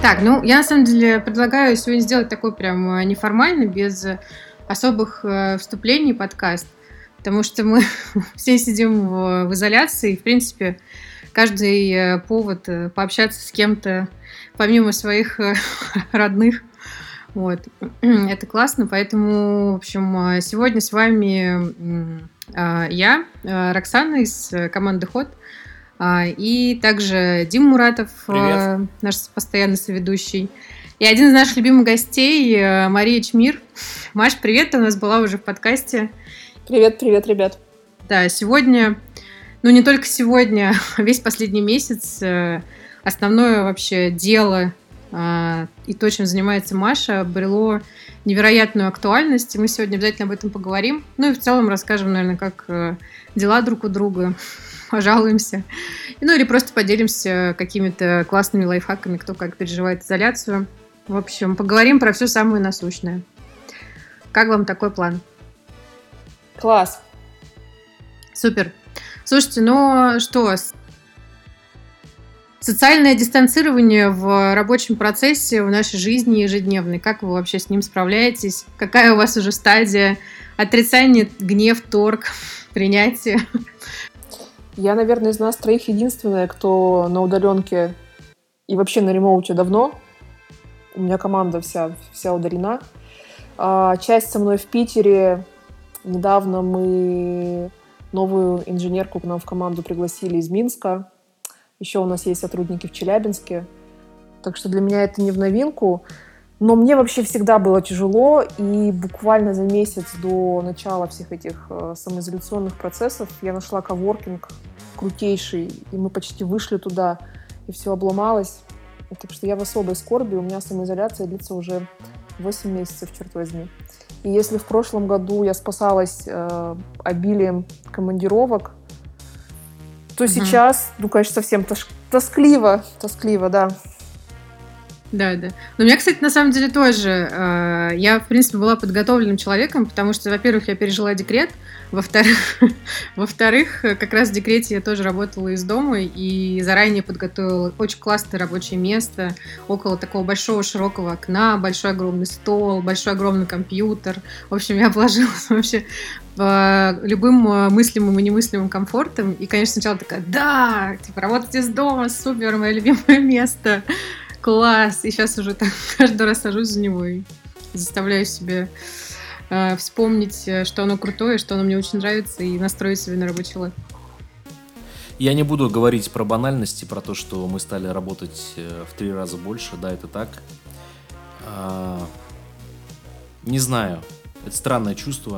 Так, ну, я на самом деле предлагаю сегодня сделать такой прям неформальный, без особых вступлений подкаст, потому что мы все сидим в изоляции, и, в принципе, каждый повод пообщаться с кем-то, помимо своих родных, вот, это классно, поэтому, в общем, сегодня с вами я, Роксана из команды Ход, и также Дима Муратов, Привет. наш постоянный соведущий. И один из наших любимых гостей, Мария Чмир. Маш, привет, ты у нас была уже в подкасте. Привет, ребят. Да, сегодня, ну не только сегодня, весь последний месяц основное вообще дело и то, чем занимается Маша, обрело невероятную актуальность, и мы сегодня обязательно об этом поговорим. Ну и в целом расскажем, наверное, как дела друг у друга, пожалуемся. Ну или просто поделимся какими-то классными лайфхаками, кто как переживает изоляцию. В общем, поговорим про все самое насущное. Как вам такой план? Класс. Супер. Слушайте, ну что, социальное дистанцирование в рабочем процессе, в нашей жизни ежедневной. Как вы вообще с ним справляетесь? Какая у вас уже стадия? Отрицание, гнев, торг, принятие? Я, наверное, из нас троих единственная, кто на удаленке и вообще на ремоуте давно. У меня команда вся удалена. Часть со мной в Питере. Недавно мы новую инженерку к нам в команду пригласили из Минска. Еще у нас есть сотрудники в Челябинске. Так что для меня это не в новинку. Но мне вообще всегда было тяжело. И буквально за месяц до начала всех этих самоизоляционных процессов я нашла коворкинг крутейший. И мы почти вышли туда, и все обломалось. Так что я в особой скорби. У меня самоизоляция длится уже 8 месяцев, черт возьми. И если в прошлом году я спасалась обилием командировок, то сейчас, ну, конечно, совсем тоскливо, да. Да. Но у меня, кстати, на самом деле тоже. Я, в принципе, была подготовленным человеком, потому что, во-первых, я пережила декрет, во-вторых, как раз в декрете я тоже работала из дома и заранее подготовила очень классное рабочее место около такого большого широкого окна, большой огромный стол, большой огромный компьютер. В общем, я обложилась вообще любым мыслимым и немыслимым комфортом. И, конечно, сначала такая, да, типа, работать из дома, супер, мое любимое место. Класс! И сейчас уже так каждый раз сажусь за него и заставляю себя вспомнить, что оно крутое, что оно мне очень нравится, и настроить себя на рабочий лад. Я не буду говорить про банальности, про то, что мы стали работать в 3 раза больше. Да, это так. Не знаю. Это странное чувство.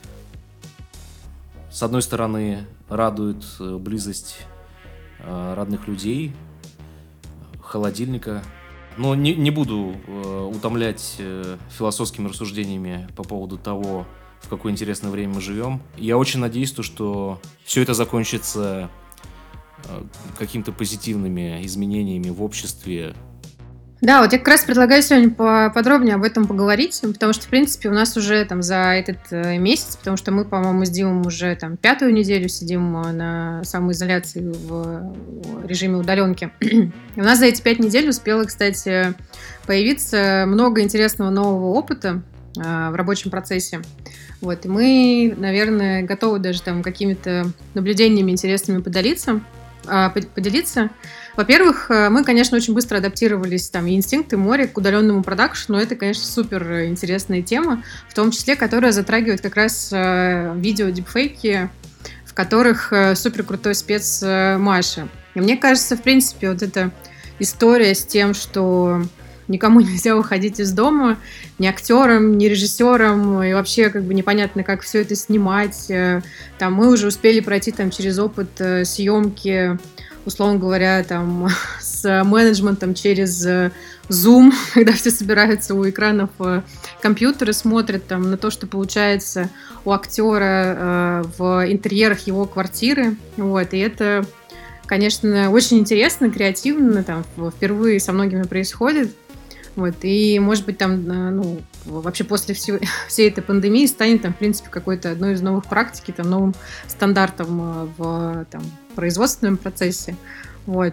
С одной стороны, радует близость родных людей, холодильника. Но не буду утомлять философскими рассуждениями по поводу того, в какое интересное время мы живем. Я очень надеюсь, что все это закончится какими-то позитивными изменениями в обществе. Да, вот я как раз предлагаю сегодня поподробнее об этом поговорить, потому что, в принципе, у нас уже там за этот месяц, потому что мы, по-моему, с Димом уже там 5-ю неделю сидим на самоизоляции в режиме удаленки. И у нас за эти 5 недель успело, кстати, появиться много интересного нового опыта в рабочем процессе. Вот, и мы, наверное, готовы даже там какими-то наблюдениями интересными поделиться. Во-первых, мы, конечно, очень быстро адаптировались там и инстинкты море к удаленному продакшену. Это, конечно, супер интересная тема, в том числе, которая затрагивает как раз видео-дипфейки, в которых супер крутой спец Маша. И мне кажется, в принципе, вот эта история с тем, что никому нельзя выходить из дома, ни актерам, ни режиссерам, и вообще как бы непонятно, как все это снимать. Там мы уже успели пройти там через опыт съемки, условно говоря, там с менеджментом через Zoom, когда все собираются у экранов компьютера, смотрят там на то, что получается у актера в интерьерах его квартиры. Вот, и это, конечно, очень интересно, креативно, там впервые со многими происходит. Вот, и, может быть, там, ну, вообще после всей этой пандемии станет, там, в принципе, какой-то одной из новых практик, там, новым стандартом в там, производственном процессе. Вот.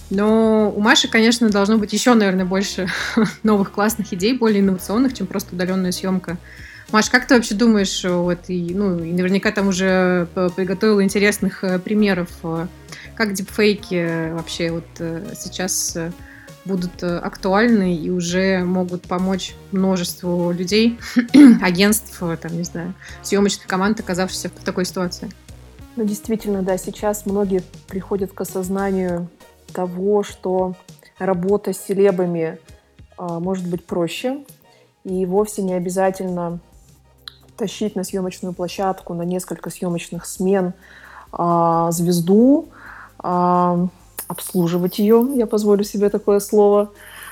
Но у Маши, конечно, должно быть еще, наверное, больше новых классных идей, более инновационных, чем просто удаленная съемка. Маш, как ты вообще думаешь, и наверняка там уже приготовила интересных примеров, как дипфейки вообще сейчас будут актуальны и уже могут помочь множеству людей, агентств, съемочных команд, оказавшихся в такой ситуации? Ну, действительно, да, сейчас многие приходят к осознанию того, что работа с селебами может быть проще, и вовсе не обязательно тащить на съемочную площадку на несколько съемочных смен звезду, обслуживать ее, я позволю себе такое слово,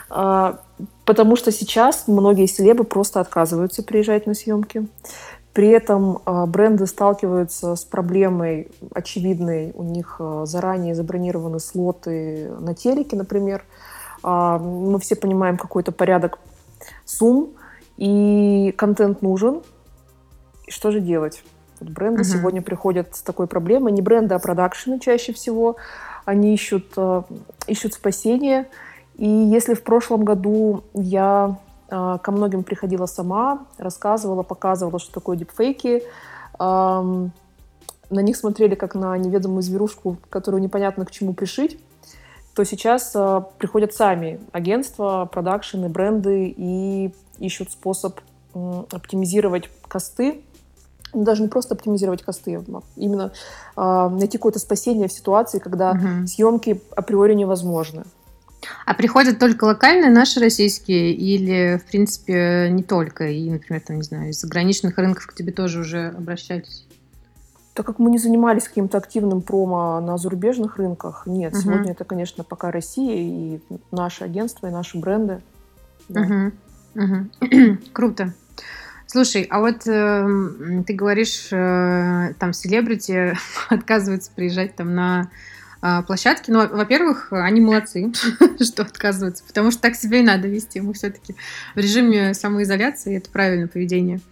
потому что сейчас многие селебы просто отказываются приезжать на съемки. При этом бренды сталкиваются с проблемой очевидной. У них заранее забронированы слоты на телеке, например. Мы все понимаем какой-то порядок сумм, и контент нужен. И что же делать? Вот бренды сегодня приходят с такой проблемой. Не бренды, а продакшены чаще всего. Они ищут спасения. И если в прошлом году я ко многим приходила сама, рассказывала, показывала, что такое дипфейки, на них смотрели как на неведомую зверушку, которую непонятно к чему пришить, то сейчас приходят сами агентства, продакшены, бренды и ищут способ оптимизировать косты. Даже не просто оптимизировать косты, а именно найти какое-то спасение в ситуации, когда съемки априори невозможны. А приходят только локальные наши российские или, в принципе, не только? И, например, из заграничных рынков к тебе тоже уже обращались? Так как мы не занимались каким-то активным промо на зарубежных рынках, нет. Сегодня это, конечно, пока Россия и наши агентства, и наши бренды. Да. Круто. Слушай, а вот ты говоришь, там селебрити отказываются приезжать там на площадки. Ну, во-первых, они молодцы, что отказываются, потому что так себя и надо вести. Мы все-таки в режиме самоизоляции, это правильное поведение.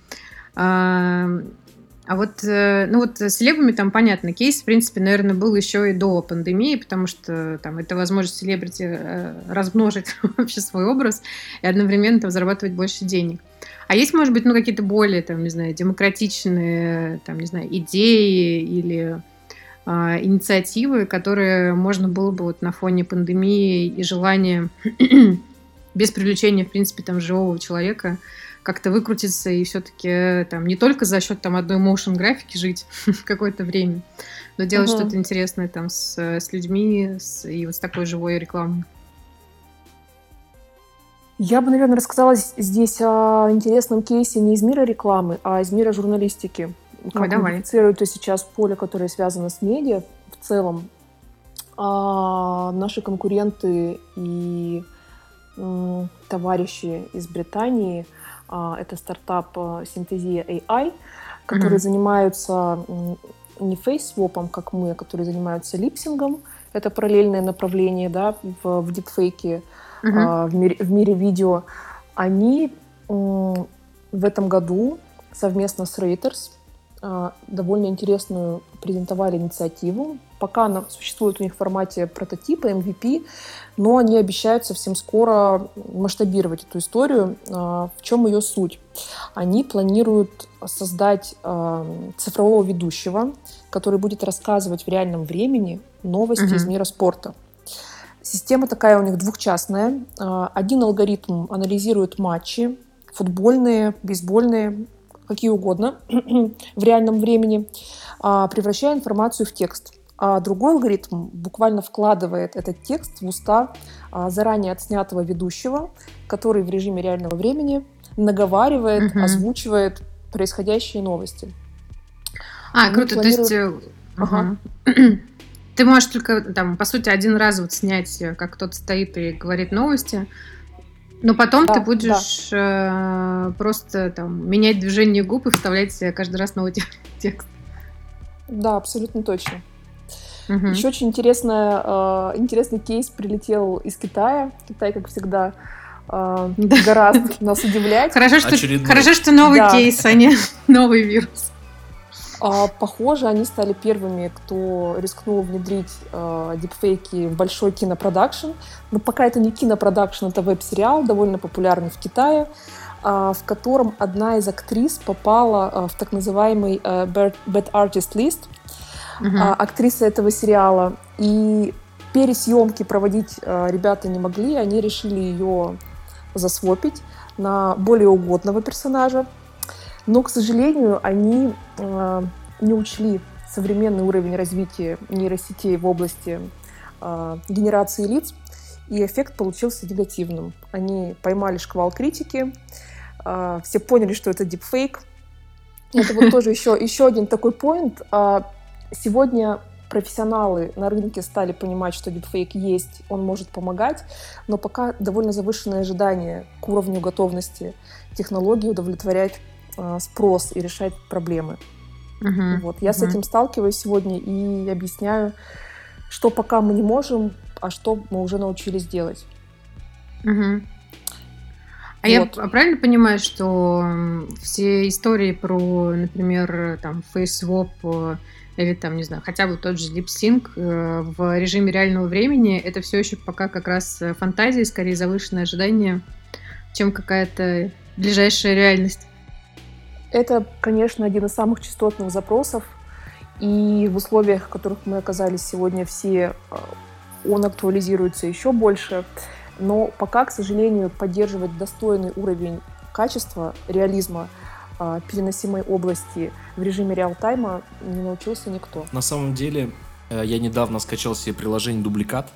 С селебами там понятно. Кейс, в принципе, наверное, был еще и до пандемии, потому что там это возможность селебрити размножить вообще свой образ и одновременно там зарабатывать больше денег. А есть, может быть, какие-то более, демократичные, идеи или инициативы, которые можно было бы на фоне пандемии и желания без привлечения, в принципе, живого человека как-то выкрутиться и все-таки не только за счет одной моушн-графики жить какое-то время, но делать что-то интересное с людьми и с такой живой рекламой. Я бы, наверное, рассказала здесь о интересном кейсе не из мира рекламы, а из мира журналистики. Как модифицирует сейчас поле, которое связано с медиа в целом. Наши конкуренты и товарищи из Британии, это стартап Synthesia AI, которые занимаются не фейс-свопом, как мы, а которые занимаются липсингом. Это параллельное направление, да, в дипфейке, в мире видео. Они в этом году совместно с Reuters довольно интересную презентовали инициативу. Пока она существует у них в формате прототипа, MVP, но они обещают совсем скоро масштабировать эту историю. В чем ее суть? Они планируют создать цифрового ведущего, который будет рассказывать в реальном времени новости из мира спорта. Система такая у них двухчастная. Один алгоритм анализирует матчи, футбольные, бейсбольные, какие угодно, в реальном времени, превращая информацию в текст. А другой алгоритм буквально вкладывает этот текст в уста заранее отснятого ведущего, который в режиме реального времени наговаривает, озвучивает происходящие новости. Круто, то есть... Ты можешь только, по сути, один раз снять, как кто-то стоит и говорит новости, но потом ты будешь просто менять движение губ и вставлять каждый раз новый текст. Да, абсолютно точно. Еще очень интересный кейс прилетел из Китая. Китай, как всегда, гораздо нас удивлять. Хорошо, что новый кейс, а не новый вирус. Похоже, они стали первыми, кто рискнул внедрить дипфейки в большой кинопродакшн. Но пока это не кинопродакшн, это веб-сериал, довольно популярный в Китае, в котором одна из актрис попала в так называемый Bad Artist List, актриса этого сериала. И пересъемки проводить ребята не могли, они решили ее засвопить на более угодного персонажа. Но, к сожалению, они не учли современный уровень развития нейросетей в области генерации лиц, и эффект получился негативным. Они поймали шквал критики, все поняли, что это дипфейк. Это вот тоже еще один такой поинт. Сегодня профессионалы на рынке стали понимать, что дипфейк есть, он может помогать, но пока довольно завышенные ожидания к уровню готовности технологий удовлетворять спрос и решать проблемы. Я с этим сталкиваюсь сегодня и объясняю, что пока мы не можем, а что мы уже научились делать. Я правильно понимаю, что все истории про, например, там, face-swap или там, не знаю, хотя бы тот же лип-синк в режиме реального времени, это все еще пока как раз фантазии, скорее завышенное ожидание, чем какая-то ближайшая реальность? Это, конечно, один из самых частотных запросов, и в условиях, в которых мы оказались сегодня все, он актуализируется еще больше. Но пока, к сожалению, поддерживать достойный уровень качества, реализма переносимой области в режиме реал-тайма не научился никто. На самом деле, я недавно скачал себе приложение «Дубликат»,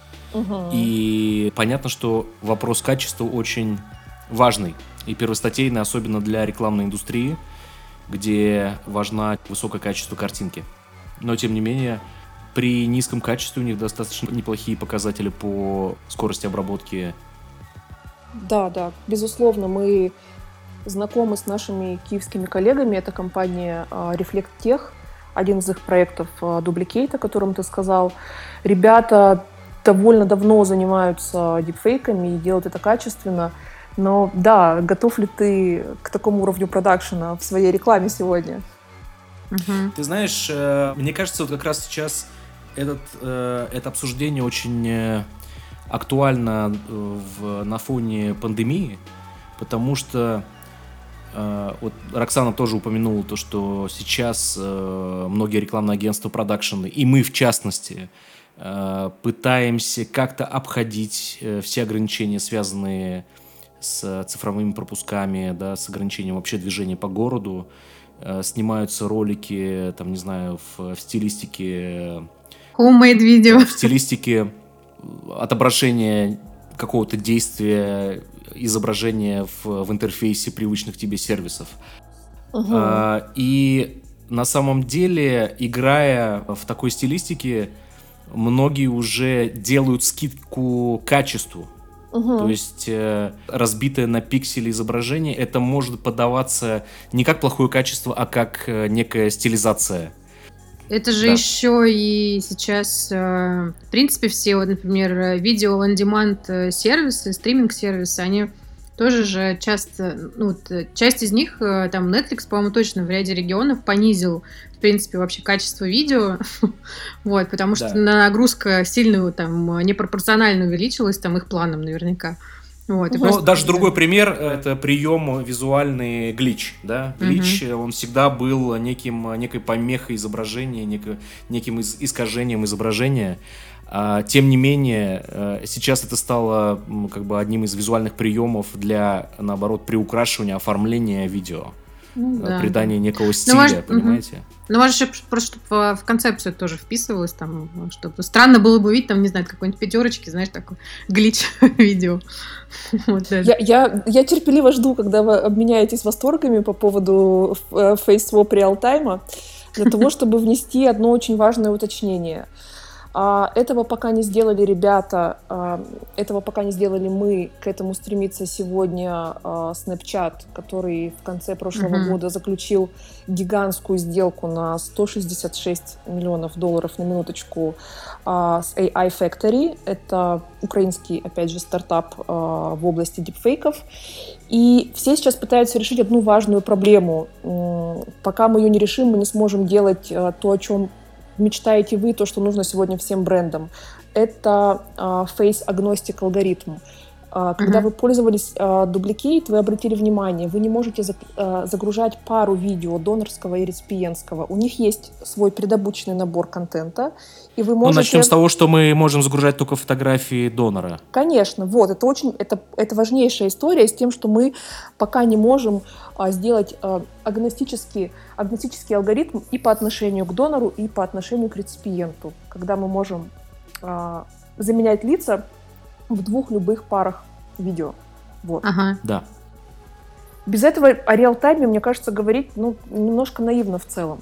и понятно, что вопрос качества очень важный и первостатейный, особенно для рекламной индустрии, где важна высокое качество картинки. Но, тем не менее, при низком качестве у них достаточно неплохие показатели по скорости обработки. Да, безусловно, мы знакомы с нашими киевскими коллегами. Это компания Reflect Tech, один из их проектов Duplicate, о котором ты сказал. Ребята довольно давно занимаются дипфейками и делают это качественно. Но да, готов ли ты к такому уровню продакшена в своей рекламе сегодня? Ты знаешь, мне кажется, вот как раз сейчас это обсуждение очень актуально на фоне пандемии, потому что вот Роксана тоже упомянула то, что сейчас многие рекламные агентства, продакшены, и мы в частности, пытаемся как-то обходить все ограничения, связанные с цифровыми пропусками, да, с ограничением вообще движения по городу. Снимаются ролики, там, не знаю, в стилистике... Homemade видео. В стилистике отображения какого-то действия, изображения в интерфейсе привычных тебе сервисов. И на самом деле, играя в такой стилистике, многие уже делают скидку качеству. То есть разбитое на пиксели изображение, это может подаваться не как плохое качество, а как некая стилизация. Это же еще и сейчас, в принципе, все, вот, например, видео-он-деманд сервисы, стриминг-сервисы, они тоже же часто, часть из них, там, Netflix, по-моему, точно в ряде регионов понизил, в принципе, вообще качество видео, вот, потому что нагрузка сильно, там, непропорционально увеличилась, там, их планом наверняка. Вот, даже другой пример, это прием визуальный глич, да, глич, он всегда был некой помехой изображения, неким искажением изображения. Тем не менее, сейчас это стало как бы одним из визуальных приемов для, наоборот, приукрашивания, оформления видео, придания некого стиля, понимаете? Ну, может, просто чтобы в концепцию тоже вписывалось, там, чтобы странно было бы увидеть, там, не знаю, какой-нибудь пятерочки, знаешь, такой глич видео. Я терпеливо жду, когда вы обменяетесь восторгами по поводу face-swap реал-тайма, для того, чтобы внести одно очень важное уточнение. Этого пока не сделали ребята, этого пока не сделали мы. К этому стремится сегодня Snapchat, который в конце прошлого года заключил гигантскую сделку на $166 миллионов, на минуточку, с AI Factory. Это украинский, опять же, стартап в области дипфейков. И все сейчас пытаются решить одну важную проблему. Пока мы ее не решим, мы не сможем делать то, о чем мечтаете вы, то, что нужно сегодня всем брендам. Это Face Agnostic алгоритм. Когда вы пользовались Duplicate, вы обратили внимание, вы не можете загружать пару видео донорского и реципиентского. У них есть свой предобученный набор контента, и вы можете... начнем с того, что мы можем загружать только фотографии донора. Конечно, вот, это важнейшая история с тем, что мы пока не можем сделать агностический алгоритм и по отношению к донору, и по отношению к реципиенту, когда мы можем заменять лица в двух любых парах видео. Вот. Да. Без этого о реал-тайме, мне кажется, говорить немножко наивно в целом.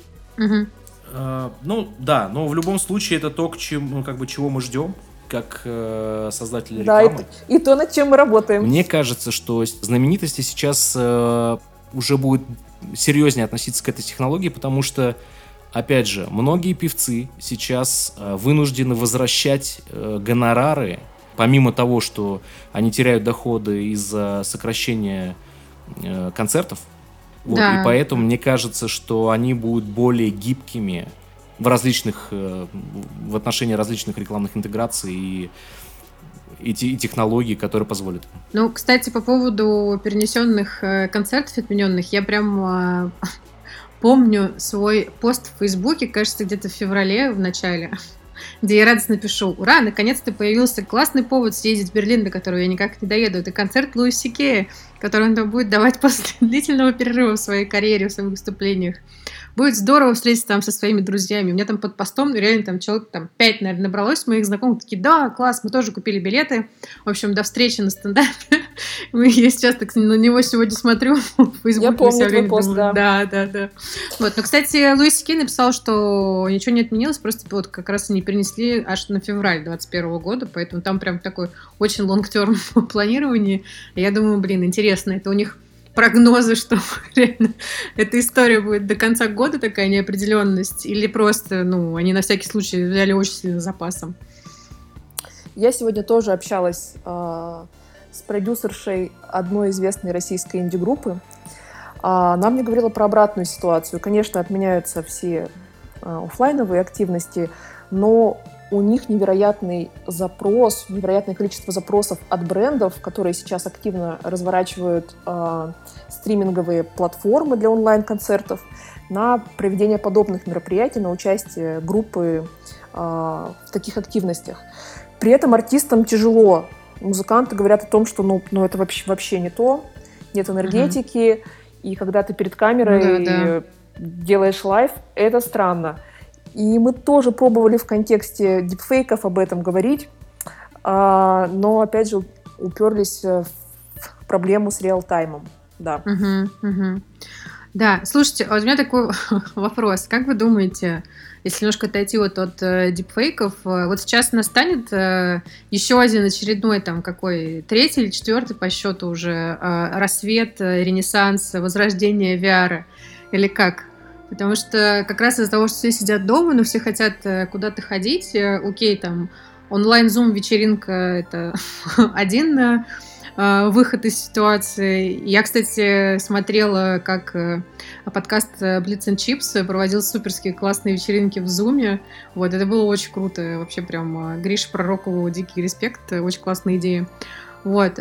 Да, но в любом случае это то, к чему, чего мы ждем, как создатели рекламы. Да, и то, над чем мы работаем. Мне кажется, что знаменитости сейчас уже будут серьезнее относиться к этой технологии, потому что, опять же, многие певцы сейчас вынуждены возвращать гонорары, помимо того, что они теряют доходы из-за сокращения концертов. Вот, да. И поэтому мне кажется, что они будут более гибкими в отношении различных рекламных интеграций и технологий, которые позволят. Ну, кстати, по поводу перенесенных концертов, отмененных, я прям помню свой пост в Фейсбуке, кажется, где-то в феврале в начале, где я радостно пишу: ура, наконец-то появился классный повод съездить в Берлин, до которого я никак не доеду. Это концерт Луи Си Кея, который он там будет давать после длительного перерыва в своей карьере, в своих выступлениях. Будет здорово встретиться там со своими друзьями. У меня там под постом реально там человек 5, наверное, набралось моих знакомых. Такие: да, класс, мы тоже купили билеты. В общем, до встречи на стендапе. Я сейчас так на него сегодня смотрю в Фейсбуке. Я помню твой пост, да. Да. Вот. Но, кстати, Луи Си Кей написал, что ничего не отменилось, просто вот как раз они перенесли аж на февраль 2021 года, поэтому там прям такой очень long-term планирование. Я думаю, интересно, это у них прогнозы, что реально эта история будет до конца года, такая неопределенность, или просто, они на всякий случай взяли очень сильно запасом? Я сегодня тоже общалась с продюсершей одной известной российской инди-группы. Она мне говорила про обратную ситуацию. Конечно, отменяются все офлайновые активности, но у них невероятный запрос, невероятное количество запросов от брендов, которые сейчас активно разворачивают стриминговые платформы для онлайн-концертов, на проведение подобных мероприятий, на участие группы в таких активностях. При этом артистам тяжело. Музыканты говорят о том, что это вообще не то, нет энергетики, и когда ты перед камерой делаешь лайв, это странно. И мы тоже пробовали в контексте дипфейков об этом говорить, но, опять же, уперлись в проблему с реал-таймом. Да. Да, слушайте, вот у меня такой вопрос. Как вы думаете, если немножко отойти от дипфейков, вот сейчас настанет еще один очередной третий или четвертый по счету уже рассвет, ренессанс, возрождение VR, или как? Потому что как раз из-за того, что все сидят дома, но все хотят куда-то ходить, окей, онлайн-зум-вечеринка — это один выход из ситуации. Я, кстати, смотрела, как подкаст Blitz and Chips проводил суперские классные вечеринки в Зуме. Вот, это было очень круто. Вообще прям Грише Пророкову дикий респект. Очень классная идея. Вот.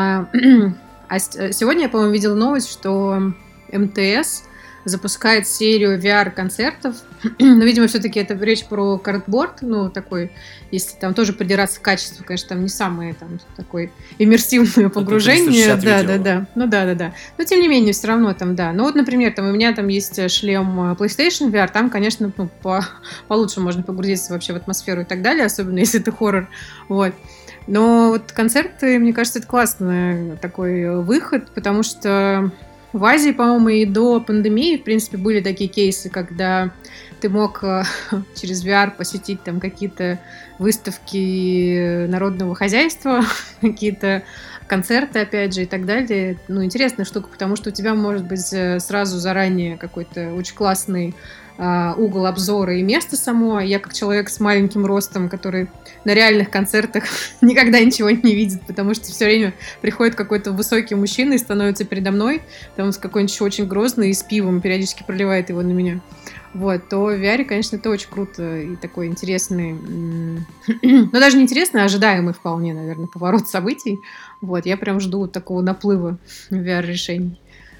Сегодня я, по-моему, видела новость, что МТС запускает серию VR-концертов. Но, видимо, все-таки это речь про картборд, такой, если там тоже придираться к качеству, конечно, там не самое такое иммерсивное погружение. Да. Но, тем не менее, все равно да. Ну, вот, например, у меня есть шлем PlayStation VR, там, конечно, получше можно погрузиться вообще в атмосферу и так далее, особенно если это хоррор. Вот. Но вот концерты, мне кажется, это классный такой выход, потому что В Азии, по-моему, и до пандемии, в принципе, были такие кейсы, когда ты мог через VR посетить там какие-то выставки народного хозяйства, какие-то концерты, опять же, и так далее. Ну, интересная штука, потому что у тебя может быть сразу заранее какой-то очень классный угол обзора и место само. Я как человек с маленьким ростом, который на реальных концертах никогда ничего не видит, потому что все время приходит какой-то высокий мужчина и становится передо мной, там с какой-нибудь очень грозный и с пивом периодически проливает его на меня. Вот, то в VR, конечно, это очень круто и такой интересный, ну, даже не интересный, а ожидаемый вполне, наверное, поворот событий. Вот, я прям жду такого наплыва VR-решений.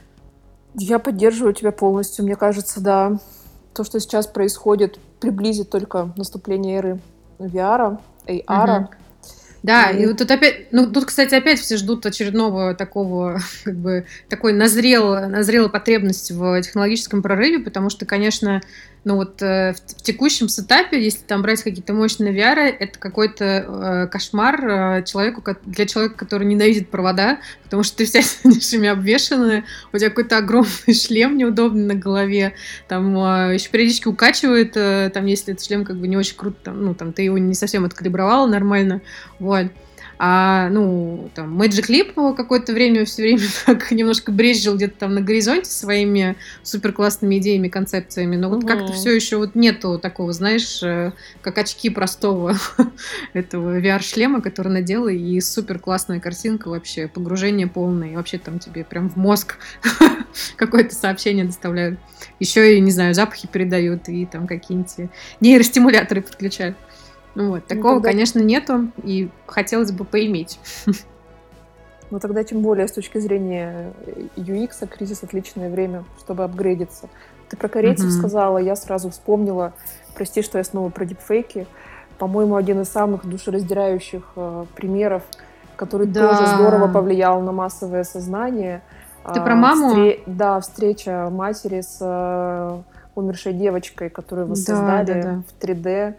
Я поддерживаю тебя полностью. Мне кажется, да, то, что сейчас происходит, приблизит только наступление эры VR, AR. Да, и вот тут опять, ну, тут, кстати, опять все ждут очередного такого, как бы, такой назрела потребность в технологическом прорыве, потому что, конечно, ну вот в текущем сетапе, если там брать какие-то мощные VR, это какой-то кошмар для человека, который ненавидит провода, потому что ты вся сидишь ими обвешанная, у тебя какой-то огромный шлем неудобный на голове, там еще периодически укачивает, там, если этот шлем как бы не очень круто, там, ну, там, ты его не совсем откалибровала нормально, вот. А, ну, там, Magic Leap какое-то время все время так немножко брезжил где-то там на горизонте своими супер классными идеями, концепциями, но вот как-то все еще вот нету такого, знаешь, как очки простого этого VR-шлема, который надела, и супер классная картинка вообще, погружение полное, и вообще там тебе прям в мозг какое-то сообщение доставляют. Еще и, не знаю, запахи передают, и там какие-нибудь нейростимуляторы подключают. Ну вот, такого, тогда, конечно, нету, и хотелось бы поиметь. Ну тогда тем более с точки зрения UX кризис отличное время, чтобы апгрейдиться. Ты про корейцев сказала, я сразу вспомнила, прости, что я снова про дипфейки, по-моему, один из самых душераздирающих примеров, который тоже здорово повлиял на массовое сознание. Ты про маму? Да, встреча матери с умершей девочкой, которую воссоздали в 3D,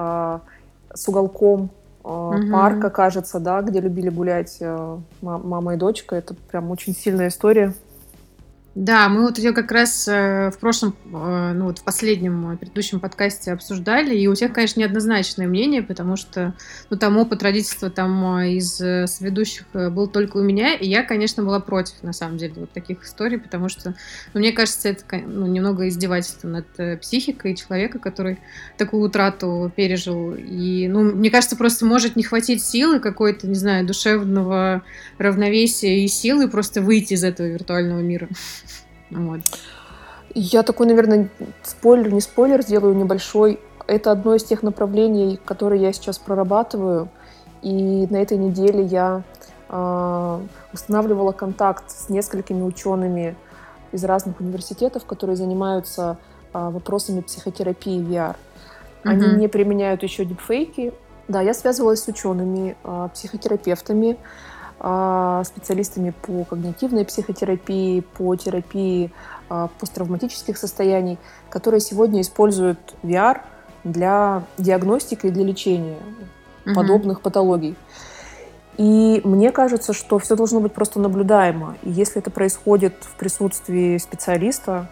с уголком парка, кажется, да, где любили гулять мама и дочка. Это прям очень сильная история. Да, мы вот ее как раз в прошлом, ну вот в последнем предыдущем подкасте обсуждали, и у всех, конечно, неоднозначное мнение, потому что, ну, там опыт родительства там из ведущих был только у меня, и я, конечно, была против, на самом деле, вот таких историй, потому что, ну, мне кажется, это, ну, немного издевательство над психикой человека, который такую утрату пережил, и, ну, мне кажется, просто может не хватить силы какой-то, не знаю, душевного равновесия и силы просто выйти из этого виртуального мира. Вот. Я такой, наверное, не спойлер сделаю небольшой. Это одно из тех направлений, которые я сейчас прорабатываю. И на этой неделе я устанавливала контакт с несколькими учеными из разных университетов, которые занимаются вопросами психотерапии VR. Они не применяют еще дипфейки. Да, я связывалась с учеными, психотерапевтами, специалистами по когнитивной психотерапии, по терапии посттравматических состояний, которые сегодня используют VR для диагностики и для лечения подобных патологий. И мне кажется, что все должно быть просто наблюдаемо. И если это происходит в присутствии специалиста,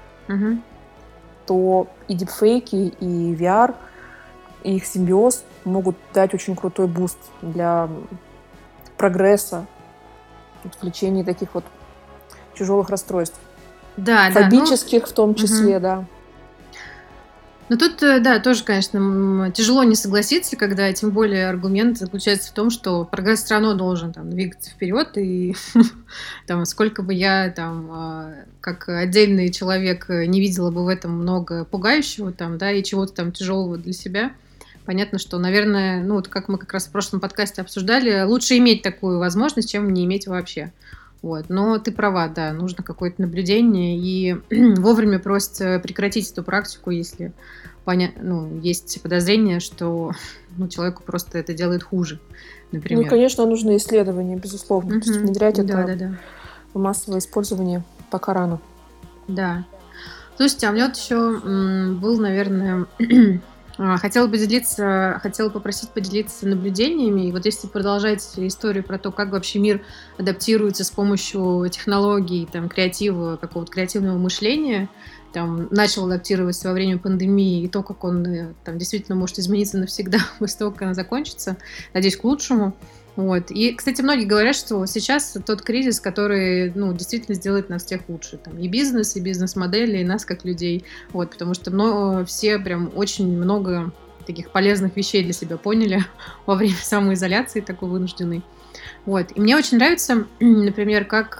то и дипфейки, и VR, и их симбиоз могут дать очень крутой буст для прогресса в лечении таких вот тяжелых расстройств. Да, фобических, да, в том числе, да. Ну, тут, да, тоже, конечно, тяжело не согласиться, когда, тем более, аргумент заключается в том, что прогресс все равно должен там двигаться вперед, и там, сколько бы я там, как отдельный человек, не видела бы в этом много пугающего там, да, и чего-то там тяжелого для себя, понятно, что, наверное, ну, вот как мы как раз в прошлом подкасте обсуждали, лучше иметь такую возможность, чем не иметь вообще. Вот. Но ты права, да, нужно какое-то наблюдение и вовремя просто прекратить эту практику, если есть подозрение, что человеку просто это делает хуже, например. Ну, конечно, нужны исследования, безусловно. То есть внедрять это в массовое использование пока рано. Да. Слушайте, а у меня вот еще был, наверное, Хотела попросить поделиться наблюдениями. И вот если продолжать историю про то, как вообще мир адаптируется с помощью технологий, там, креатива, какого-то креативного мышления, там, начал адаптироваться во время пандемии, и то, как он там, действительно может измениться навсегда после того, как она закончится, надеюсь, к лучшему. Вот. И, кстати, многие говорят, что сейчас тот кризис, который, ну, действительно сделает нас всех лучше. Там, и бизнес, и бизнес-модели, и нас как людей. Вот, потому что все прям очень много таких полезных вещей для себя поняли во время самоизоляции такой вынужденной. Вот. И мне очень нравится, например, как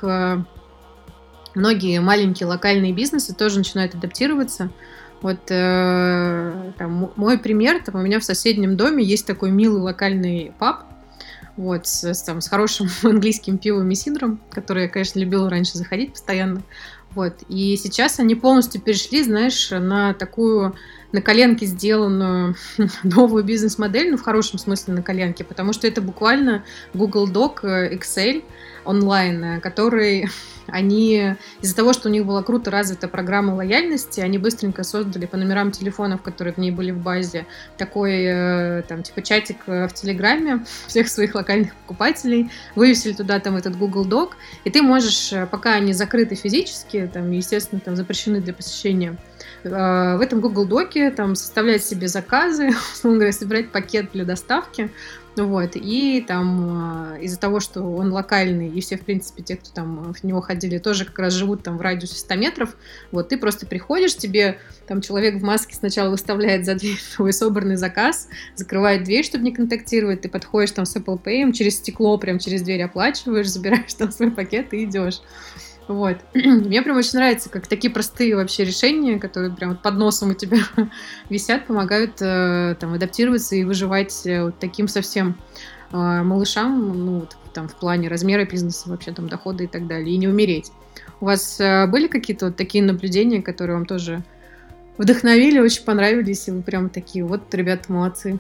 многие маленькие локальные бизнесы тоже начинают адаптироваться. Вот там, мой пример, там, у меня в соседнем доме есть такой милый локальный паб, вот, с хорошим английским пивом и сидром, который я, конечно, любила раньше заходить постоянно. Вот. И сейчас они полностью перешли, знаешь, на такую на коленке сделанную новую бизнес-модель, ну, в хорошем смысле на коленке, потому что это буквально Google Doc, Excel онлайн, который они из-за того, что у них была круто развита программа лояльности, они быстренько создали по номерам телефонов, которые в ней были в базе, такой там типа чатик в Телеграме всех своих локальных покупателей, вывесили туда там этот Google Doc, и ты можешь, пока они закрыты физически, там, естественно, там запрещены для посещения, в этом Google Доке там составлять себе заказы, условно говоря, собирать пакет для доставки. Вот, и там из-за того, что он локальный, и все, в принципе, те, кто там в него ходили, тоже как раз живут там в радиусе 100 метров, вот, ты просто приходишь, тебе там человек в маске сначала выставляет за дверь твой собранный заказ, закрывает дверь, чтобы не контактировать, ты подходишь там с Apple Pay, через стекло, прям через дверь оплачиваешь, забираешь там свой пакет и идешь. Вот. Мне прям очень нравится, как такие простые вообще решения, которые прям под носом у тебя висят, помогают там адаптироваться и выживать вот таким совсем малышам, ну, вот, там, в плане размера бизнеса, вообще там дохода и так далее, и не умереть. У вас были какие-то вот такие наблюдения, которые вам тоже вдохновили, очень понравились, и вы прям такие, вот, ребята, молодцы.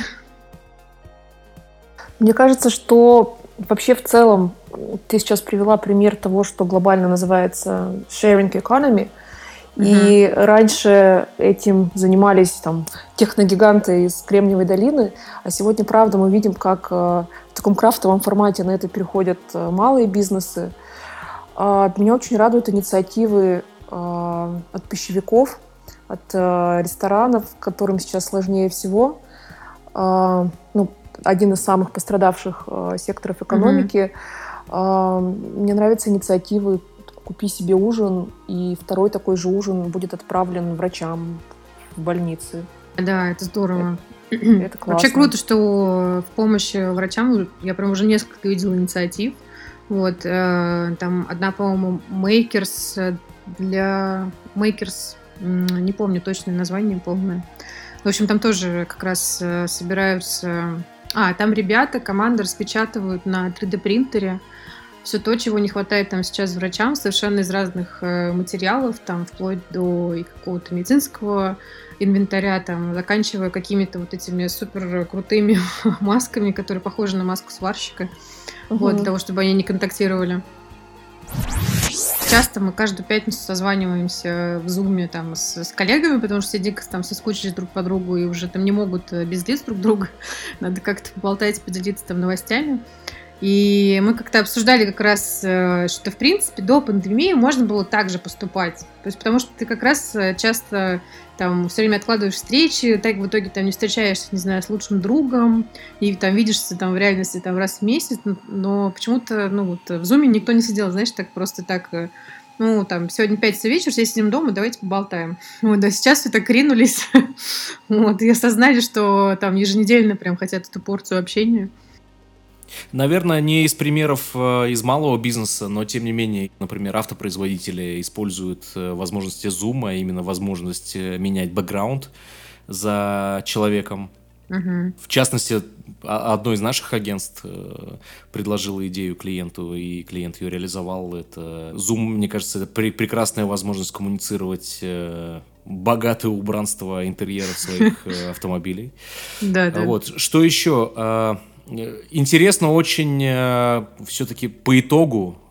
Мне кажется, что вообще в целом ты сейчас привела пример того, что глобально называется sharing economy. И раньше этим занимались там техногиганты из Кремниевой долины, а сегодня, правда, мы видим, как в таком крафтовом формате на это переходят малые бизнесы. Меня очень радуют инициативы от пищевиков, от ресторанов, которым сейчас сложнее всего. Ну, один из самых пострадавших секторов экономики. Мне нравятся инициативы «Купи себе ужин», и второй такой же ужин будет отправлен врачам в больницы. Да, это здорово. Это классно. Вообще круто, что в помощь врачам я прям уже несколько видела инициатив. Вот, там одна, по-моему, Makers для Makers, не помню точное название полное. В общем, там тоже как раз собираются... там ребята, команда распечатывают на 3D-принтере все то, чего не хватает там сейчас врачам, совершенно из разных материалов, там, вплоть до и какого-то медицинского инвентаря, там, заканчивая какими-то вот этими супер крутыми масками, которые похожи на маску сварщика, вот, для того, чтобы они не контактировали. Часто мы каждую пятницу созваниваемся в Зуме там с коллегами, потому что все дико там соскучились друг по другу и уже там не могут без лиц друг друга. Надо как-то поболтать, поделиться там новостями. И мы как-то обсуждали как раз, что, в принципе, до пандемии можно было так же поступать. То есть, потому что ты как раз часто там все время откладываешь встречи, так в итоге там не встречаешься, не знаю, с лучшим другом, и там видишься там в реальности там раз в месяц, но почему-то, ну, вот в Зуме никто не сидел, знаешь, так просто так, ну, там, сегодня 5 часов вечера, все сидим дома, давайте поболтаем. Вот, а сейчас все так ринулись, вот, и осознали, что там еженедельно прям хотят эту порцию общения. Наверное, не из примеров из малого бизнеса, но тем не менее, например, автопроизводители используют возможности Zoom, а именно возможность менять бэкграунд за человеком. В частности, одно из наших агентств предложило идею клиенту, и клиент ее реализовал. Это Zoom, мне кажется, это прекрасная возможность коммуницировать богатое убранство интерьеров своих автомобилей. Да. Вот. Что еще? Интересно очень все-таки по итогу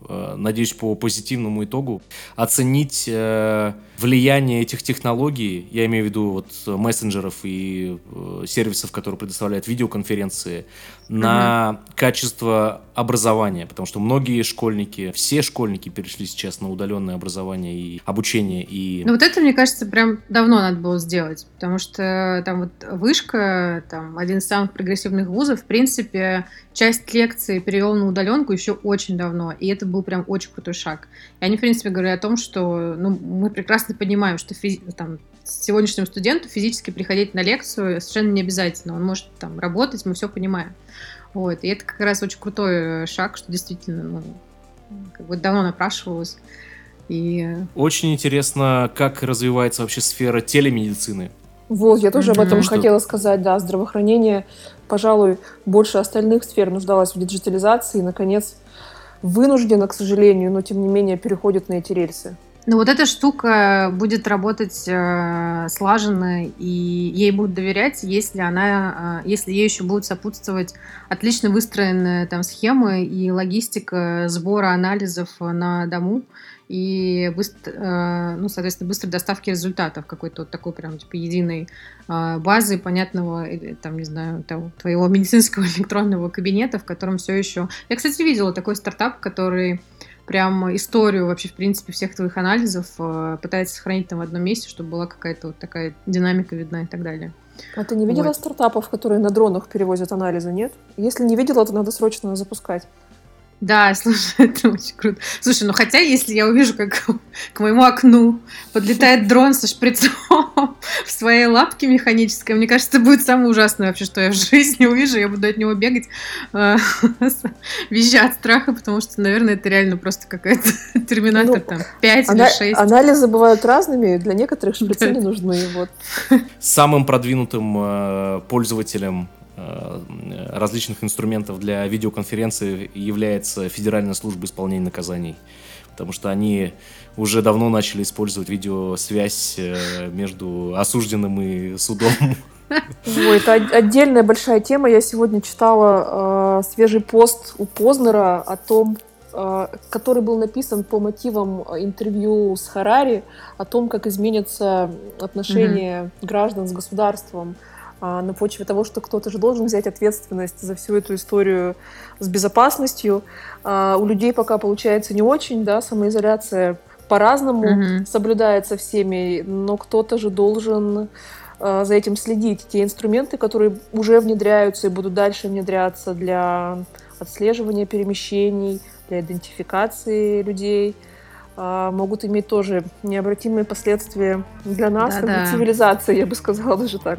надеюсь, по позитивному итогу, оценить влияние этих технологий, я имею в виду вот мессенджеров и сервисов, которые предоставляют видеоконференции, на качество образования, потому что многие школьники, все школьники перешли сейчас на удаленное образование и обучение. И... Ну вот это, мне кажется, прям давно надо было сделать, потому что там вот Вышка, там один из самых прогрессивных вузов, в принципе, часть лекций перевел на удаленку еще очень давно, и это был прям очень крутой шаг. И они, в принципе, говорят о том, что мы прекрасно понимаем, что там, сегодняшнему студенту физически приходить на лекцию совершенно не обязательно, он может там работать, мы все понимаем. Вот. И это как раз очень крутой шаг, что действительно как бы давно напрашивалось. И... Очень интересно, как развивается вообще сфера телемедицины. Вот, я тоже об этом хотела сказать, да, здравоохранение, пожалуй, больше остальных сфер нуждалось в диджитализации и, наконец, вынужденно, к сожалению, но, тем не менее, переходит на эти рельсы. Ну вот эта штука будет работать слаженно, и ей будут доверять, если ей еще будут сопутствовать отлично выстроенные там схемы и логистика сбора анализов на дому и соответственно, быстрой доставки результатов, какой-то вот такой прям типа единой базы понятного, там, не знаю, твоего медицинского электронного кабинета, в котором все еще... Я, кстати, видела такой стартап, который прям историю вообще, в принципе, всех твоих анализов пытается сохранить там в одном месте, чтобы была какая-то вот такая динамика видна и так далее. А ты не видела стартапов, которые на дронах перевозят анализы, нет? Если не видела, то надо срочно запускать. Да, слушай, это очень круто. Слушай, хотя, если я увижу, как к моему окну подлетает дрон со шприцом в своей лапке механической, мне кажется, это будет самое ужасное вообще, что я в жизни увижу. Я буду от него бегать, визжа от страха, потому что, наверное, это реально просто какая-то Терминатор там 5 или 6. Анализы бывают разными, для некоторых шприцы не нужны. Вот. Самым продвинутым пользователем различных инструментов для видеоконференции является Федеральная служба исполнения наказаний, потому что они уже давно начали использовать видеосвязь между осужденным и судом. Ой, это отдельная большая тема. Я сегодня читала свежий пост у Познера о том, который был написан по мотивам интервью с Харари, о том, как изменятся отношения граждан с государством на почве того, что кто-то же должен взять ответственность за всю эту историю с безопасностью. У людей пока получается не очень, да, самоизоляция по-разному соблюдается всеми, но кто-то же должен за этим следить. Те инструменты, которые уже внедряются и будут дальше внедряться для отслеживания перемещений, для идентификации людей, могут иметь тоже необратимые последствия для нас, как для цивилизации, я бы сказала даже так.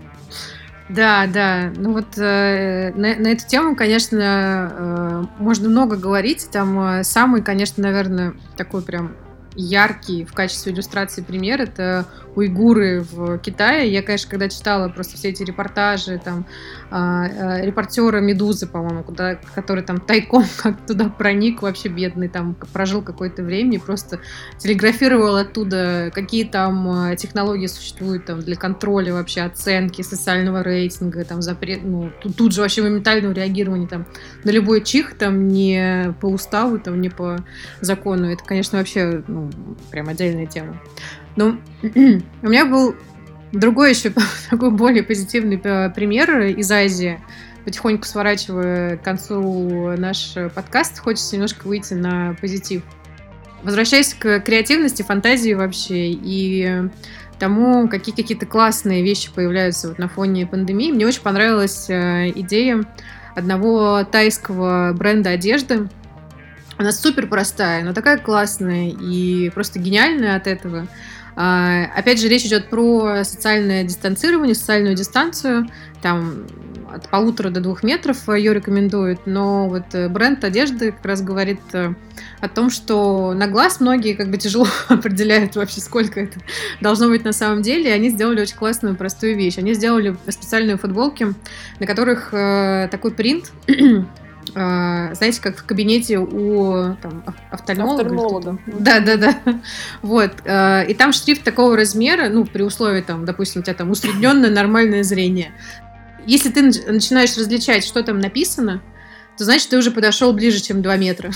Да. Ну вот на эту тему, конечно, можно много говорить. Там самый, конечно, наверное, такой прям яркий в качестве иллюстрации пример — это уйгуры в Китае. Я, конечно, когда читала просто все эти репортажи, там, репортера «Медузы», по-моему, который там тайком как туда проник, вообще бедный, там прожил какое-то время и просто телеграфировал оттуда, какие там технологии существуют там для контроля вообще оценки, социального рейтинга, там, запрет, тут же вообще моментального реагирования там на любой чих, там, не по уставу, там, не по закону. Это, конечно, вообще, прям отдельная тема. Но у меня был другой еще такой более позитивный пример из Азии. Потихоньку сворачивая к концу наш подкаст, хочется немножко выйти на позитив. Возвращаясь к креативности, фантазии вообще и тому, какие какие-то классные вещи появляются вот на фоне пандемии, мне очень понравилась идея одного тайского бренда одежды. Она супер простая, но такая классная и просто гениальная от этого. Опять же, речь идет про социальное дистанцирование, социальную дистанцию. Там от 1,5 до 2 метров ее рекомендуют. Но вот бренд одежды как раз говорит о том, что на глаз многие как бы тяжело определяют вообще, сколько это должно быть на самом деле. И они сделали очень классную, простую вещь. Они сделали специальные футболки, на которых такой принт... знаете, как в кабинете у офтальмолога. Да. Вот. И там шрифт такого размера, при условии, там, допустим, у тебя там усредненное нормальное зрение. Если ты начинаешь различать, что там написано, то значит, ты уже подошел ближе, чем 2 метра.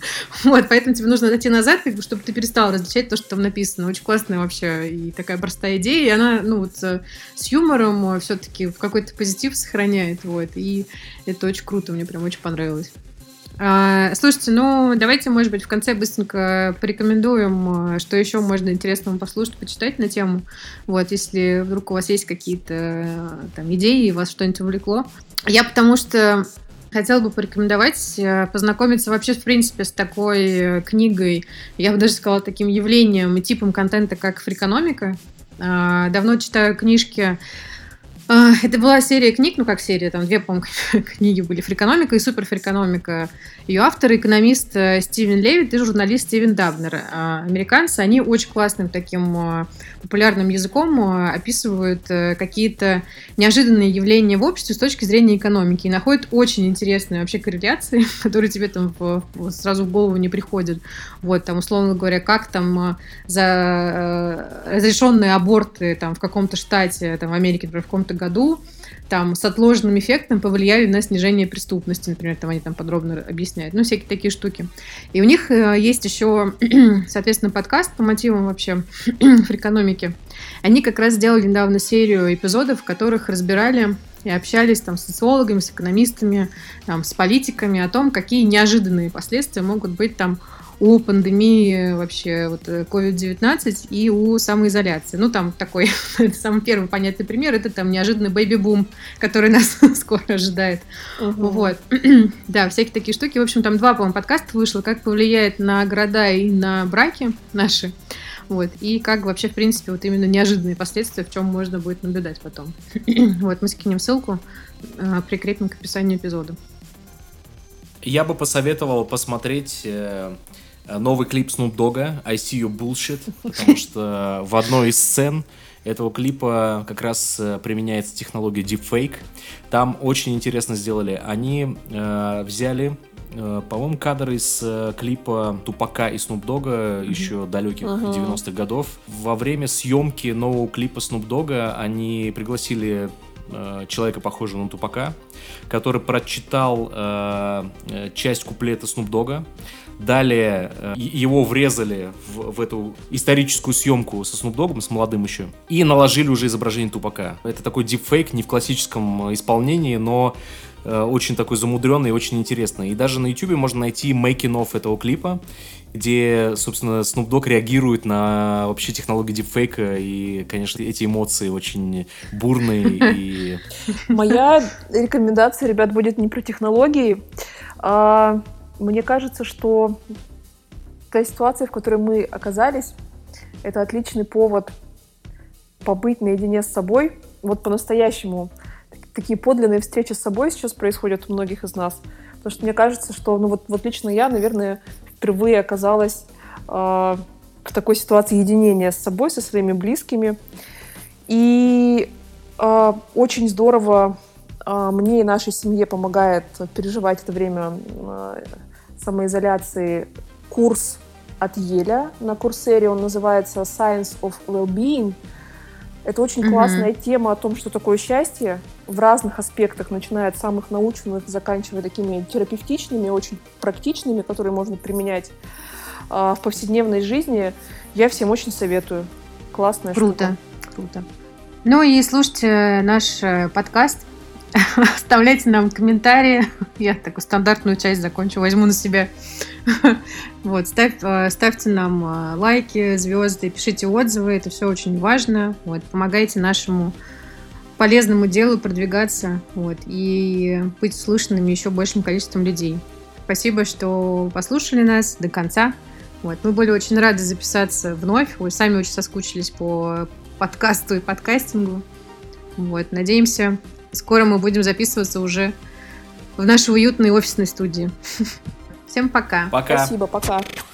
Вот, поэтому тебе нужно отойти назад, как бы, чтобы ты перестал различать то, что там написано. Очень классная вообще и такая простая идея, и она, ну, вот с юмором все-таки в какой-то позитив сохраняет, вот, и это очень круто, мне прям очень понравилось. Слушайте, ну, давайте, может быть, в конце быстренько порекомендуем, что еще можно интересного послушать, почитать на тему. Вот, если вдруг у вас есть какие-то там идеи, и вас что-нибудь увлекло. Я потому что хотела бы порекомендовать познакомиться вообще, в принципе, с такой книгой, я бы даже сказала, таким явлением и типом контента, как фрикономика. Давно читаю книжки. Это была серия книг, ну как серия, там 2, по-моему, книги были, «Фрикономика» и «Суперфрикономика». Ее авторы — экономист Стивен Левит и журналист Стивен Дабнер. Американцы, они очень классным таким популярным языком описывают какие-то неожиданные явления в обществе с точки зрения экономики и находят очень интересные вообще корреляции, которые тебе там сразу в голову не приходят. Вот, там, условно говоря, как там за разрешенные аборты там в каком-то штате, там в Америке, например, в каком-то году, там с отложенным эффектом повлияли на снижение преступности, например, там они там подробно объясняют, ну, всякие такие штуки. И у них есть еще, соответственно, подкаст по мотивам вообще фрикономики. Они как раз сделали недавно серию эпизодов, в которых разбирали и общались там с социологами, с экономистами, там, с политиками о том, какие неожиданные последствия могут быть там у пандемии вообще вот COVID-19 и у самоизоляции. Ну, там такой, самый первый понятный пример, это там неожиданный бэйби-бум, который нас скоро ожидает. Вот. Да, всякие такие штуки. В общем, там 2, по-моему, подкаста вышло, как повлияет на города и на браки наши. Вот. И как вообще, в принципе, вот именно неожиданные последствия, в чем можно будет наблюдать потом. Вот, мы скинем ссылку, прикрепим к описанию эпизода. Я бы посоветовал посмотреть новый клип Snoop Dogg «I See You Bullshit», потому что в одной из сцен этого клипа как раз применяется технология Deepfake. Там очень интересно сделали. Они взяли, по-моему, кадры из клипа Тупака и Snoop Dogg еще далеких 90-х годов. Во время съемки нового клипа Snoop Dogg они пригласили человека, похожего на Тупака, который прочитал часть куплета Snoop Dogg. Далее его врезали в эту историческую съемку со Snoop Dogg'ом, с молодым еще, и наложили уже изображение Тупака. Это такой дипфейк, не в классическом исполнении, но очень такой замудренный и очень интересный. И даже на YouTube можно найти making-of этого клипа, где, собственно, Snoop Dogg реагирует на вообще технологии дипфейка, и, конечно, эти эмоции очень бурные. Моя рекомендация, ребят, будет не про технологии. Мне кажется, что та ситуация, в которой мы оказались, это отличный повод побыть наедине с собой. Вот по-настоящему такие подлинные встречи с собой сейчас происходят у многих из нас. Потому что мне кажется, что вот лично я, наверное, впервые оказалась в такой ситуации единения с собой, со своими близкими. И очень здорово мне и нашей семье помогает переживать это время самоизоляции курс от Еля на Курсере. Он называется Science of Well-being. Это очень классная тема о том, что такое счастье в разных аспектах, начиная от самых научных, заканчивая такими терапевтичными, очень практичными, которые можно применять в повседневной жизни. Я всем очень советую. Классная штука. Круто. Ну и слушайте наш подкаст. Оставляйте нам комментарии. Я такую стандартную часть закончу, возьму на себя. Вот, ставьте нам лайки, звезды, пишите отзывы. Это все очень важно. Вот, помогайте нашему полезному делу продвигаться, вот, и быть слышными еще большим количеством людей. Спасибо, что послушали нас до конца. Вот, мы были очень рады записаться вновь. Вы сами очень соскучились по подкасту и подкастингу. Вот, надеемся, скоро мы будем записываться уже в нашей уютной офисной студии. Всем пока. Пока. Спасибо, пока.